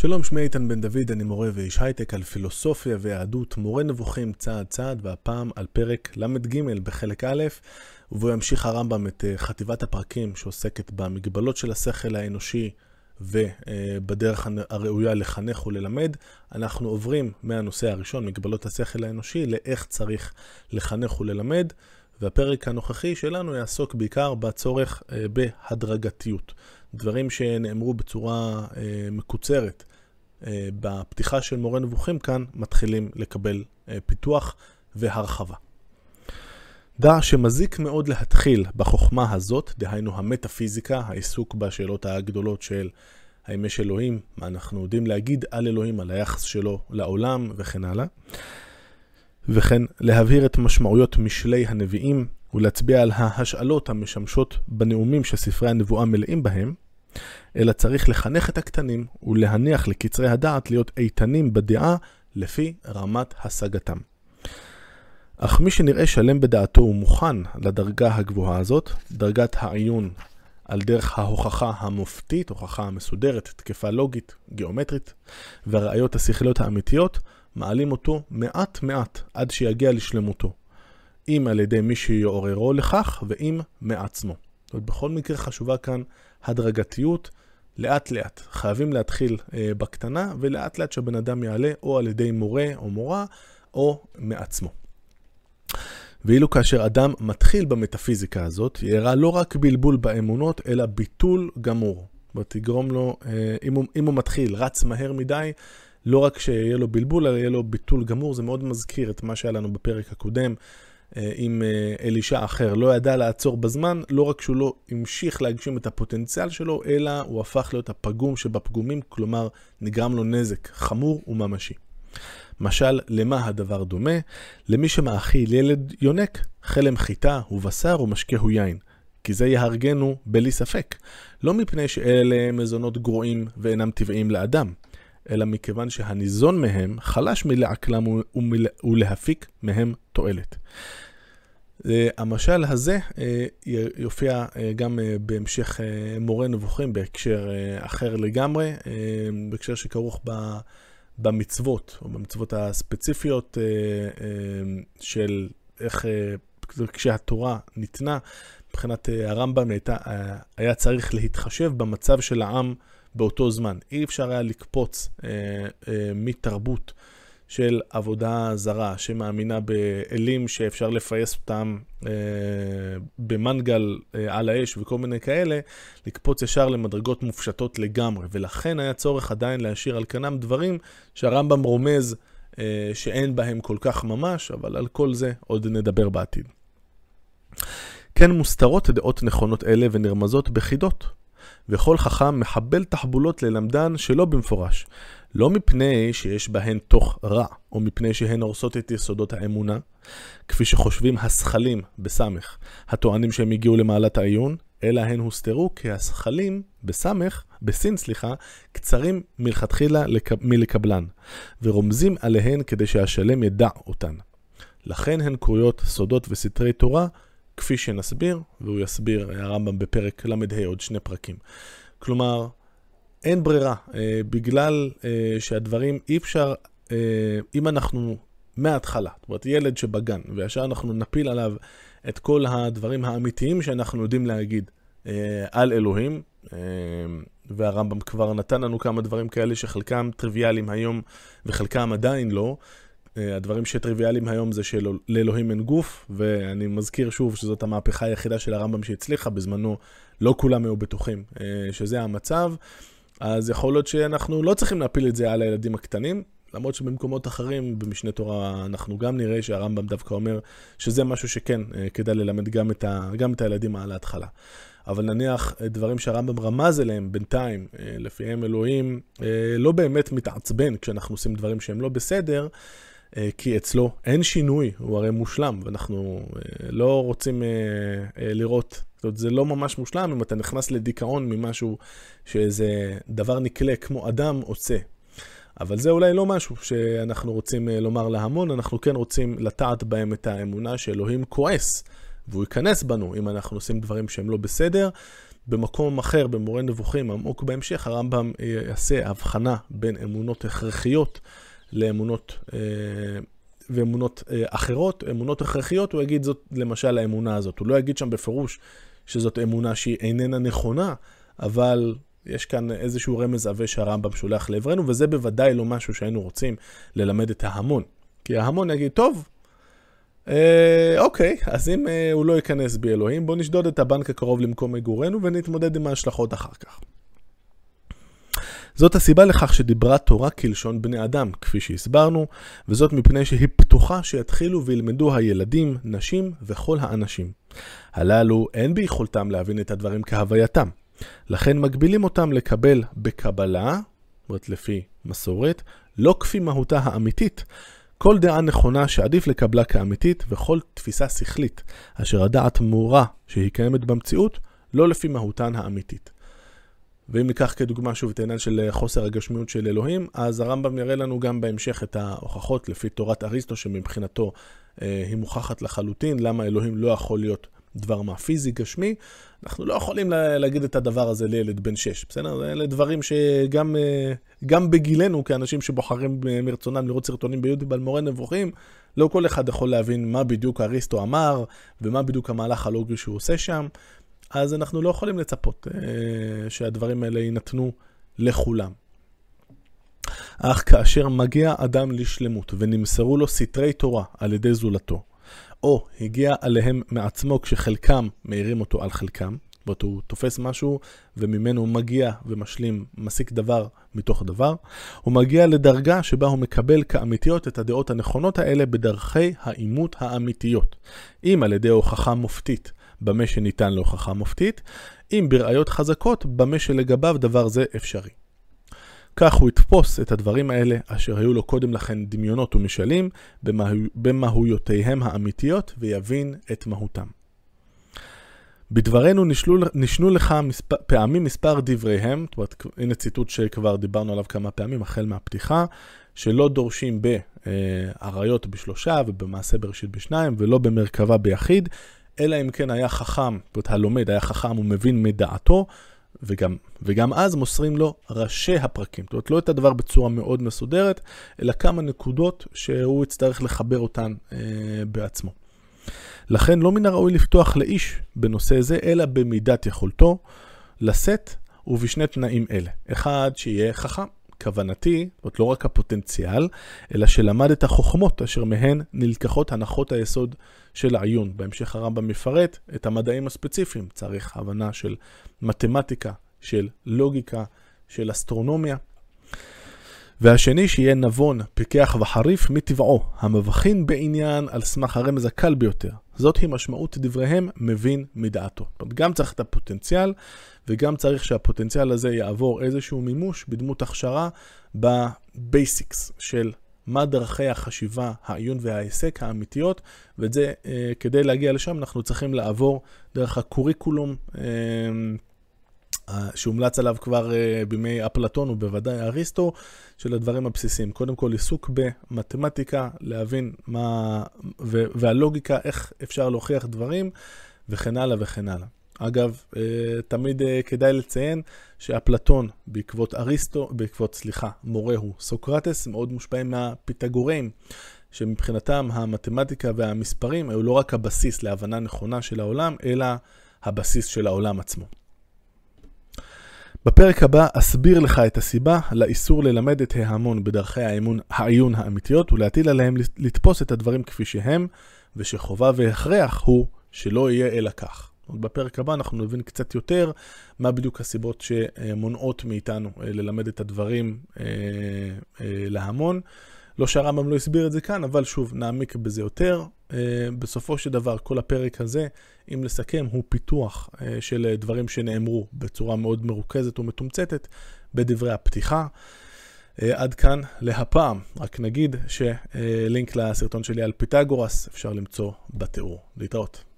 שלום, שמי איתן בן דוד, אני מורה ואיש הייטק על פילוסופיה ויהדות, מורה נבוכים צעד צעד, והפעם על פרק למד ג' בחלק א', ובו ימשיך הרמב"ם את חטיבת הפרקים שעוסקת במגבלות של השכל האנושי ובדרך הראויה לחנך וללמד. אנחנו עוברים מהנושא הראשון, מגבלות השכל האנושי, לאיך צריך לחנך וללמד, והפרק הנוכחי שלנו יעסוק בעיקר בצורך בהדרגתיות. דברים שנאמרו בצורה מקוצרת בפתיחה של מורה נבוכים כאן מתחילים לקבל פיתוח והרחבה. דע שמזיק מאוד להתחיל בחוכמה הזאת, דהיינו המטאפיזיקה, העיסוק בשאלות הגדולות של האם יש אלוהים, מה אנחנו יודעים להגיד על אלוהים, על היחס שלו לעולם וכן הלאה. וכן להבהיר את משמעויות משלי הנביאים ולהצביע על ההשאלות המשמשות בנאומים שספרי הנבואה מלאים בהם, אלא צריך לחנך את הקטנים ולהניח לקצרי הדעת להיות איתנים בדעה לפי רמת השגתם. אך מי שנראה שלם בדעתו ומוכן לדרגה הגבוהה הזאת, דרגת העיון על דרך ההוכחה המופתית, הוכחה המסודרת, תקפה לוגית, גיאומטרית, והראיות השכליות האמיתיות, מעלים אותו מעט מעט עד שיגיע לשלמותו, אם על ידי מי שיעוררו לכך ואם מעצמו. זאת אומרת, בכל מקרה חשובה כאן הדרגתיות, לאט לאט. חייבים להתחיל בקטנה ולאט לאט שהבן אדם יעלה או על ידי מורה או מורה או מעצמו. ואילו כאשר אדם מתחיל במטאפיזיקה הזאת, יראה לא רק בלבול באמונות אלא ביטול גמור. ותגרום לו, אם הוא מתחיל, רץ מהר מדי, לא רק שיהיה לו בלבול, אלא יהיה לו ביטול גמור. זה מאוד מזכיר את מה שהיה לנו בפרק הקודם, אם אלישע אחר לא ידע לעצור בזמן, לא רק שהוא לא המשיך להגשים את הפוטנציאל שלו, אלא הוא הפך להיות הפגום שבפגומים, כלומר נגרם לו נזק חמור וממשי. משל, למה הדבר דומה? למי שמאכיל ילד יונק, חלם חיטה ובשר ומשקהו יין, כי זה יהרגנו בלי ספק, לא מפני שאלה מזונות גרועים ואינם טבעיים לאדם, אלא מכיוון שהניזון מהם חלש מלעכלם ולהפיק מהם תועלת. המשל הזה יופיע גם בהמשך מורה נבוכים בהקשר אחר לגמרי, בהקשר שכרוך במצוות, או במצוות הספציפיות של איך כשהתורה ניתנה, מבחינת הרמב"ם היה צריך להתחשב במצב של העם באותו זמן. אי אפשר היה לקפוץ מתרבות של עבודה זרה שמאמינה באלים שאפשר לפייס אותם במנגל על האש וכל מיני כאלה, לקפוץ ישר למדרגות מופשטות לגמרי, ולכן היה צורך עדיין להשאיר על כנם דברים שהרמב"ם רומז שאין בהם כל כך ממש, אבל על כל זה עוד נדבר בעתיד. כן מוסתרות דעות נכונות אלה ונרמזות בחידות, וכל חכם מחבל תחבולות ללמדן שלא במפורש, לא מפני שיש בהן תוך רע, או מפני שהן הורסות את יסודות האמונה, כפי שחושבים השכלים בסמך, הטוענים שהם הגיעו למעלת העיון, אלא הן הוסתרו כי השכלים בסין, קצרים מלכתחילה מלקבלן, ורומזים עליהן כדי שהשלם ידע אותן. לכן הן קרויות סודות וסתרי תורה, כפי שנסביר, והוא יסביר הרמב"ם בפרק למד עוד 2 פרקים. כלומר, אין ברירה, בגלל שהדברים אי אפשר, אם אנחנו מההתחלה, זאת אומרת ילד שבגן, וישר אנחנו נפיל עליו את כל הדברים האמיתיים שאנחנו יודעים להגיד על אלוהים, והרמב"ם כבר נתן לנו כמה דברים כאלה שחלקם טריוויאליים היום וחלקם עדיין לא. הדברים שטריוויאליים היום זה שלאלוהים אין גוף, ואני מזכיר שוב שזאת המהפכה היחידה של הרמב"ם שהצליחה בזמנו, לא כולם היו בטוחים שזה המצב, אז יכול להיות שאנחנו לא צריכים להפיל את זה על הילדים הקטנים, למרות שבמקומות אחרים במשנה תורה אנחנו גם נראה שהרמב"ם דווקא אומר שזה משהו שכן כדאי ללמד גם את הילדים על ההתחלה. אבל נניח דברים שהרמב"ם רמז אליהם בינתיים, לפיהם אלוהים לא באמת מתעצבן כשאנחנו עושים דברים שהם לא בסדר, כי אצלו אין שינוי, הוא הרי מושלם, ואנחנו לא רוצים לראות, זאת אומרת, זה לא ממש מושלם אם אתה נכנס לדיכאון ממשהו שאיזה דבר נקלה כמו אדם עושה. אבל זה אולי לא משהו שאנחנו רוצים לומר להמון, אנחנו כן רוצים לטעת בהם את האמונה שאלוהים כועס, והוא ייכנס בנו אם אנחנו עושים דברים שהם לא בסדר, במקום אחר, במורה נבוכים, עמוק בהמשך, הרמב"ם יעשה הבחנה בין אמונות הכרחיות לאמונות ואמונות אחרות. אמונות הכרחיות, הוא יגיד זאת למשל האמונה הזאת. הוא לא יגיד שם בפירוש שזאת אמונה שהיא איננה נכונה, אבל יש כאן איזשהו רמז עבה שהרמב"ם שולח לעברנו, וזה בוודאי לא משהו שהיינו רוצים ללמד את ההמון. כי ההמון יגיד, טוב, אוקיי, אז אם הוא לא ייכנס בי אלוהים, בוא נשדוד את הבנק הקרוב למקום מגורנו ונתמודד עם ההשלכות אחר כך. זאת הסיבה לכך שדיברה תורה כלשון בני אדם, כפי שהסברנו, וזאת מפני שהיא פתוחה שיתחילו וילמדו הילדים, נשים וכל האנשים. הללו אין ביכולתם להבין את הדברים כהווייתם. לכן מגבילים אותם לקבל בקבלה, לפי מסורת, לא כפי מהותה האמיתית, כל דעה נכונה שעדיף לקבלה כאמיתית וכל תפיסה שכלית, אשר הדעת מורה שהיא קיימת במציאות, לא לפי מהותן האמיתית. ואם ניקח כדוגמה שוב את העניין של חוסר הגשמיות של אלוהים, אז הרמב"ם יראה לנו גם בהמשך את ההוכחות לפי תורת אריסטו, שמבחינתו היא מוכחת לחלוטין, למה אלוהים לא יכול להיות דבר מה פיזי גשמי. אנחנו לא יכולים להגיד את הדבר הזה לילד בן 6, בסדר? אלה דברים שגם בגילנו, כאנשים שבוחרים מרצונם לראות סרטונים ביוטיוב על מורה נבוכים, לא כל אחד יכול להבין מה בדיוק אריסטו אמר, ומה בדיוק המהלך הלוגי שהוא עושה שם. אז אנחנו לא יכולים לצפות שהדברים האלה יינתנו לכולם. אך כאשר מגיע אדם לשלמות ונמסרו לו סתרי תורה על ידי זולתו, או הגיע עליהם מעצמו כשחלקם מאירים אותו על חלקם, זאת אומרת, הוא תופס משהו וממנו הוא מגיע ומשלים, מסיק דבר מתוך דבר, הוא מגיע לדרגה שבה הוא מקבל כאמיתיות את הדעות הנכונות האלה בדרכי האימות האמיתיות, אם על ידי הוכחה מופתית, במה שניתן להוכחה מופתית, אם בראיות חזקות, במה שלגביו דבר זה אפשרי. כך הוא יתפוס את הדברים האלה, אשר היו לו קודם לכן דמיונות ומשלים, במהויותיהם האמיתיות, ויבין את מהותם. בדברנו נשנו לך פעמים מספר דבריהם, זאת אומרת, הנה ציטוט שכבר דיברנו עליו כמה פעמים, החל מהפתיחה, שלא דורשים בעריות בשלושה, ובמעשה בראשית בשניים, ולא במרכבה ביחיד, אלא אם כן היה חכם, זאת אומרת, הלומד היה חכם ומבין מדעתו, וגם אז מוסרים לו ראשי הפרקים. זאת אומרת, לא את הדבר בצורה מאוד מסודרת, אלא כמה נקודות שהוא יצטרך לחבר אותן בעצמו. לכן לא מן הראוי לפתוח לאיש בנושא זה, אלא במידת יכולתו לשאת ובשני תנאים אלה. אחד, שיהיה חכם. כוונתי, זאת לא רק הפוטנציאל, אלא שלמד את החוכמות אשר מהן נלקחות הנחות היסוד של העיון. בהמשך הרמב"ם מפרט את המדעים הספציפיים. צריך הבנה של מתמטיקה, של לוגיקה, של אסטרונומיה. והשני, שיהיה נבון, פיקח וחריף מטבעו, המבחין בעניין על סמך הרמז הקל ביותר. זאת היא משמעות דבריהם מבין מדעתו. גם צריך את הפוטנציאל, וגם צריך שהפוטנציאל הזה יעבור איזשהו מימוש בדמות הכשרה בבייסיקס של מה דרכי החשיבה, העיון והעסק האמיתיות, ואת זה כדי להגיע לשם אנחנו צריכים לעבור דרך הקוריקולום שהומלץ עליו כבר בימי אפלטון ובוודאי אריסטו, של הדברים הבסיסיים. קודם כל עיסוק במתמטיקה, להבין מה והלוגיקה, איך אפשר להוכיח דברים וכן הלאה וכן הלאה. אגב, תמיד כדאי לציין שאפלטון בעקבות מורהו סוקרטס מאוד מושפעים מהפיתגוראים, שמבחינתם המתמטיקה והמספרים היו לא רק הבסיס להבנה נכונה של העולם, אלא הבסיס של העולם עצמו. בפרק הבא אסביר לך את הסיבה לאיסור ללמד את ההמון בדרכי העיון האמיתיות ולהטיל עליהם לתפוס את הדברים כפי שהם, ושחובה והכרח הוא שלא יהיה אלא כך. בפרק הבא אנחנו נבין קצת יותר מה בדיוק הסיבות שמונעות מאיתנו ללמד את הדברים להמון. לא שהרמב"ם לא הסביר את זה כאן, אבל שוב נעמיק בזה יותר. בסופו של דבר כל הפרק הזה, אם לסכם, הוא פיתוח של דברים שנאמרו בצורה מאוד מרוכזת ומתומצתת בדברי הפתיחה. עד כאן להפעם, רק נגיד שלינק לסרטון שלי על פיתגורס אפשר למצוא בתיאור. להתראות.